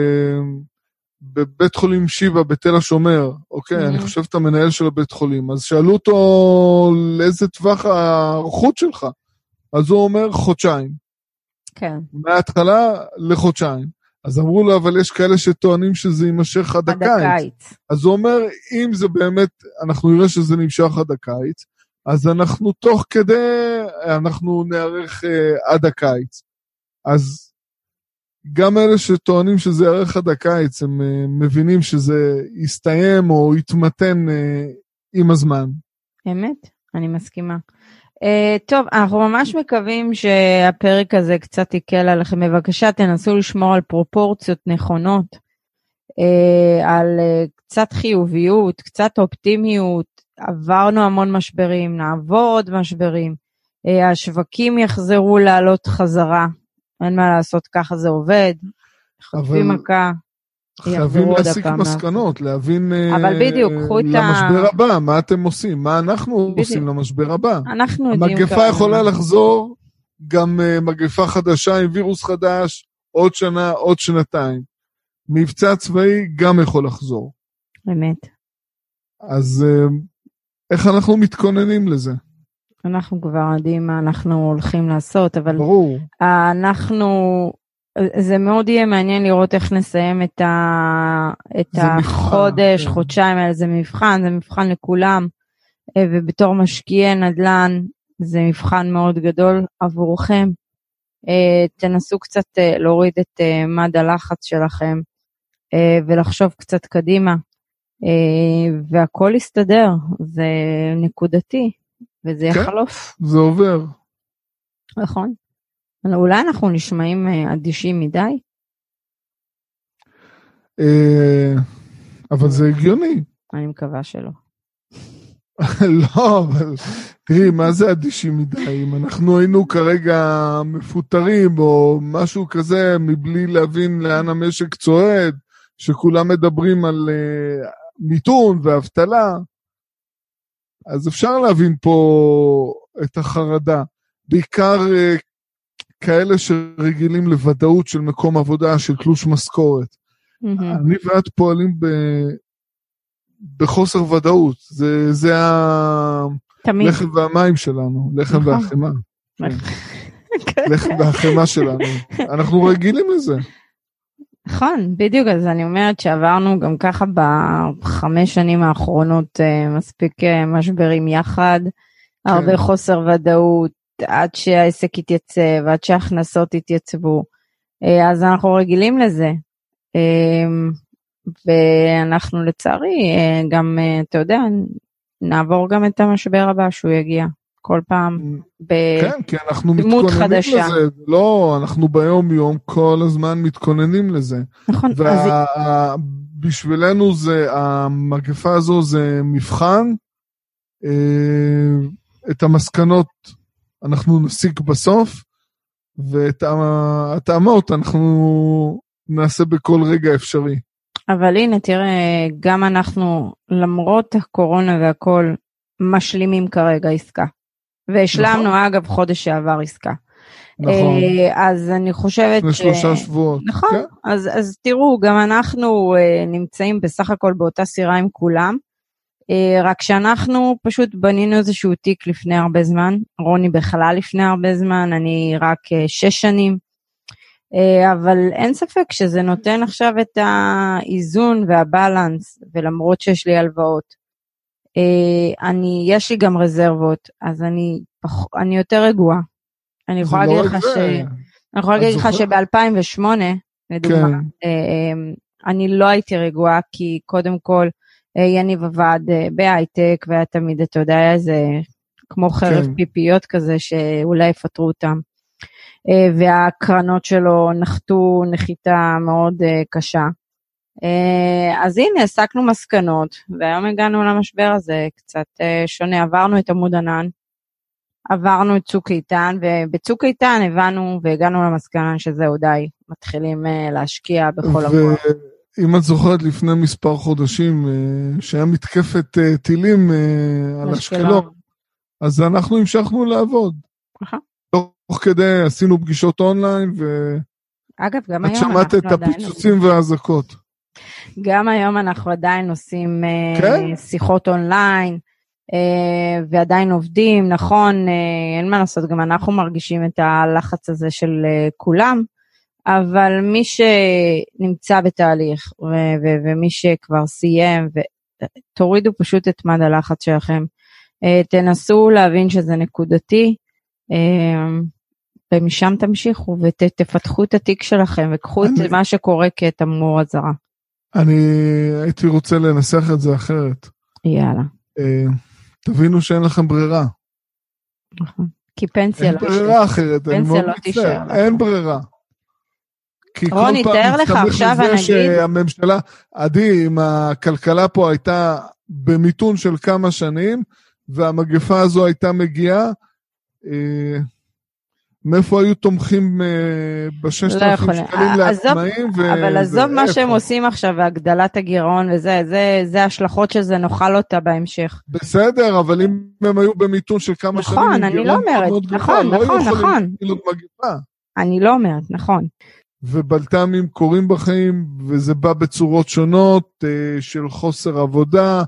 בבית חולים שיבה בתל השומר, אוקיי, mm-hmm. אני חושב את המנהל של הבית חולים, אז שאלו אותו לאיזה טווח הערכות שלך, אז הוא אומר חודשיים. כן. מההתחלה לחודשיים. אז אמרו לו, אבל יש כאלה שטוענים שזה יימשך עד הקיץ. אז הוא אומר, אם זה באמת, אנחנו נראה שזה נמשך עד הקיץ, אז אנחנו תוך כדי, אנחנו נערך uh, עד הקיץ. אז גם אלה שטוענים שזה יערך עד הקיץ, הם uh, מבינים שזה יסתיים או יתמתן uh, עם הזמן. אמת, אני מסכימה. Uh, טוב, אנחנו ממש מקווים שהפרק הזה קצת יקל עליכם. בבקשה, תנסו לשמור על פרופורציות נכונות, uh, על uh, קצת חיוביות, קצת אופטימיות. עברנו המון משברים, נעבור עוד משברים. Uh, השווקים יחזרו לעלות חזרה. אין מה לעשות, ככה זה עובד. חטפים מכה. חייבים להסיק מסקנות, להבין אבל בדיוק, למשבר הבא, מה אתם עושים, מה אנחנו עושים למשבר הבא. המגפה יכולה לחזור, גם מגפה חדשה עם וירוס חדש, עוד שנה, עוד שנתיים. מבצע צבאי גם יכול לחזור. באמת. אז איך אנחנו מתכוננים לזה? אנחנו כבר יודעים מה אנחנו הולכים לעשות, אבל ברור. אנחנו... זה מאוד יהיה מעניין לראות איך נסיים את, ה... את החודש, מבחן, חודשיים האלה, זה מבחן, זה מבחן לכולם, ובתור משקיעי נדל"ן, זה מבחן מאוד גדול עבורכם. תנסו קצת להוריד את מד הלחץ שלכם, ולחשוב קצת קדימה, והכל יסתדר, זה נקודתי, וזה יחלוף. זה עובר. נכון. אולי אנחנו נשמעים אדישים מדי? אבל זה הגיוני. אני מקווה שלא. לא, אבל תראי, מה זה אדישים מדי? אם אנחנו היינו כרגע מפוטרים או משהו כזה, מבלי להבין לאן המשק צועד, שכולם מדברים על מיתון ואבטלה, אז אפשר להבין פה את החרדה. בעיקר כאלה שרגילים לוודאות של מקום עבודה, של תלוש משכורת. Mm-hmm. אני ואת פועלים ב... בחוסר ודאות. זה, זה הלחם והמים שלנו, לחם נכון. והחמה. לחם והחמה שלנו. אנחנו רגילים לזה. נכון, בדיוק, אז אני אומרת שעברנו גם ככה בחמש שנים האחרונות מספיק משברים יחד, כן. הרבה חוסר ודאות, עד שהעסק יתייצב, עד שההכנסות יתייצבו, אז אנחנו רגילים לזה, ואנחנו לצערי גם, אתה יודע, נעבור גם את המשבר הבא שהוא יגיע, כל פעם כן, כי אנחנו מתכוננים לזה, לא, אנחנו ביום יום כל הזמן מתכוננים לזה. נכון. בשבילנו זה, המגפה הזו זה מבחן, את המסקנות אנחנו נסיק בסוף, ואת הטעמות אנחנו נעשה בכל רגע אפשרי. אבל הנה, תראה, גם אנחנו, למרות הקורונה והכל, משלימים כרגע עסקה. והשלמנו, נכון. אגב, חודש שעבר עסקה. נכון. אז אני חושבת... לשלושה ש... שבועות. נכון. כן? אז, אז תראו, גם אנחנו נמצאים בסך הכל באותה סירה עם כולם, רק שאנחנו פשוט בנינו איזשהו תיק לפני הרבה זמן, רוני בכלל לפני הרבה זמן, אני רק שש שנים, אבל אין ספק שזה נותן עכשיו את האיזון והבלנס, ולמרות שיש לי הלוואות, אני, יש לי גם רזרבות, אז אני, אני יותר רגועה. אני יכולה להגיד לך ש... אני יכולה להגיד לך שב-אלפיים ושמונה, לדוגמה, אני לא הייתי רגועה, כי קודם כל, יניב עבד בהייטק, והיה תמיד, אתה יודע, איזה כמו חרב פיפיות כזה, שאולי יפטרו אותם. והקרנות שלו נחתו נחיתה מאוד קשה. אז הנה, הסקנו מסקנות, והיום הגענו למשבר הזה קצת שונה, עברנו את עמוד ענן, עברנו את צוק איתן, ובצוק איתן הבנו והגענו למסקנה שזהו די, מתחילים להשקיע בכל המוח. אם את זוכרת לפני מספר חודשים, שהיה מתקפת טילים על אשקלון, אז אנחנו המשכנו לעבוד. תוך כדי עשינו פגישות אונליין, אגב, גם ואת שמעת את הפיצוצים והזעקות. גם היום אנחנו עדיין עושים שיחות אונליין, ועדיין עובדים, נכון, אין מה לעשות, גם אנחנו מרגישים את הלחץ הזה של כולם, אבל מי שנמצא בתהליך, ו- ו- ומי שכבר סיים, תורידו פשוט את מד הלחץ שלכם, תנסו להבין שזה נקודתי, ומשם תמשיכו, ותפתחו את התיק שלכם, וקחו את מה שקורה כתמרור אזהרה. אני הייתי רוצה לנסח את זה אחרת. יאללה. תבינו שאין לכם ברירה. נכון. כי פנסיה לא תישאר. אין ברירה אחרת, אני מאוד מצטער. אין ברירה. רוני, תאר לך עכשיו הנגיד... שהממשלה, עדי, אם הכלכלה פה הייתה במיתון של כמה שנים, והמגפה הזו הייתה מגיעה, מאיפה היו תומכים בששת אלפים שקלים לעצמאים? אבל עזוב מה שהם עושים עכשיו, והגדלת הגירעון וזה, זה השלכות שזה נוכל אותה בהמשך. בסדר, אבל אם הם היו במיתון של כמה שנים, נכון, אני לא אומרת, נכון, נכון, נכון. אני לא אומרת, נכון. ובלת"מים קורים בחיים, וזה בא בצורות שונות, של חוסר עבודה,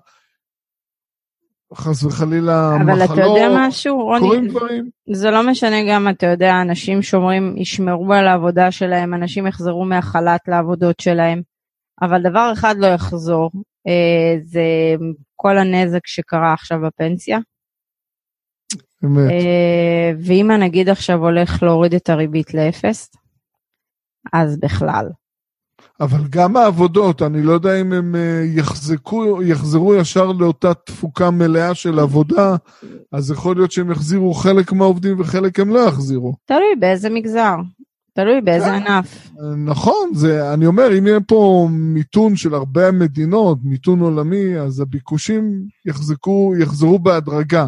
חס וחלילה מחלות, אבל אתה יודע משהו, רוני, קורים דברים. זה לא משנה גם, אתה יודע, אנשים שומרים, ישמרו על העבודה שלהם, אנשים יחזרו מהחל"ת לעבודות שלהם, אבל דבר אחד לא יחזור, זה כל הנזק שקרה עכשיו בפנסיה. באמת. ואם נגיד עכשיו הולך להוריד את הריבית לאפס, אז בכלל. אבל גם העבודות, אני לא יודע אם הם יחזקו, יחזרו ישר לאותה תפוקה מלאה של עבודה, אז יכול להיות שהם יחזירו חלק מהעובדים וחלק הם לא יחזירו. תלוי באיזה מגזר, תלוי באיזה ענף. נכון, זה, אני אומר, אם יהיה פה מיתון של הרבה מדינות, מיתון עולמי, אז הביקושים יחזקו, יחזרו בהדרגה.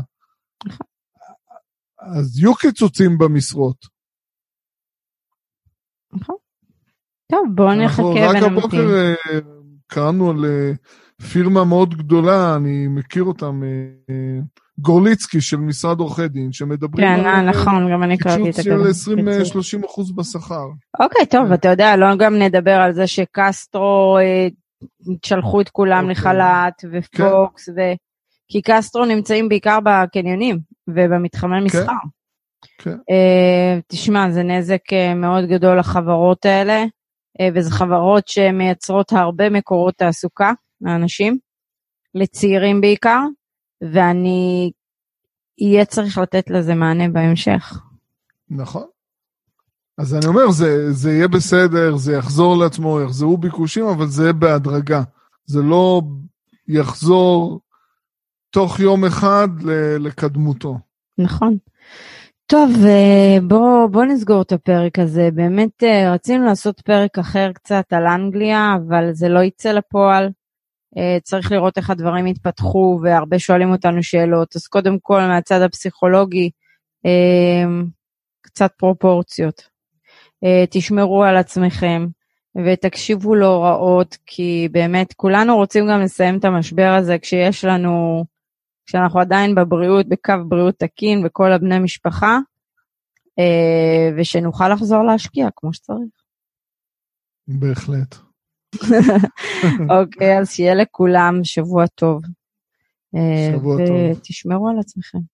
אז יהיו קיצוצים במשרות. נכון. טוב, בואו נחכה ונמתין. רק הבוקר קראנו על פירמה מאוד גדולה, אני מכיר אותם, גורליצקי של משרד עורכי דין, שמדברים כן, על נכון, גם אני קראתי את קיצוץ של עשרים עד שלושים אחוז בשכר. אוקיי, טוב, אתה יודע, לא גם נדבר על זה שקסטרו שלחו את כולם לחל"ת, ופוקס, כי קסטרו נמצאים בעיקר בקניונים, ובמתחמי מסחר. תשמע, זה נזק מאוד גדול לחברות האלה, וזה חברות שמייצרות הרבה מקורות תעסוקה לאנשים, לצעירים בעיקר, ואני יהיה צריך לתת לזה מענה בהמשך. נכון. אז אני אומר, זה, זה יהיה בסדר, זה יחזור לעצמו, יחזרו ביקושים, אבל זה יהיה בהדרגה. זה לא יחזור תוך יום אחד לקדמותו. נכון. טוב, בוא, בוא נסגור את הפרק הזה. באמת רצינו לעשות פרק אחר קצת על אנגליה, אבל זה לא יצא לפועל. צריך לראות איך הדברים יתפתחו, והרבה שואלים אותנו שאלות. אז קודם כל, מהצד הפסיכולוגי, קצת פרופורציות. תשמרו על עצמכם, ותקשיבו להוראות, כי באמת כולנו רוצים גם לסיים את המשבר הזה, כשיש לנו, כשאנחנו עדיין בבריאות, בקו בריאות תקין, וכל הבני משפחה, ושנוכל לחזור להשקיע כמו שצריך. בהחלט. אוקיי, אז שיהיה לכולם שבוע טוב. שבוע טוב. ותשמרו על עצמכם.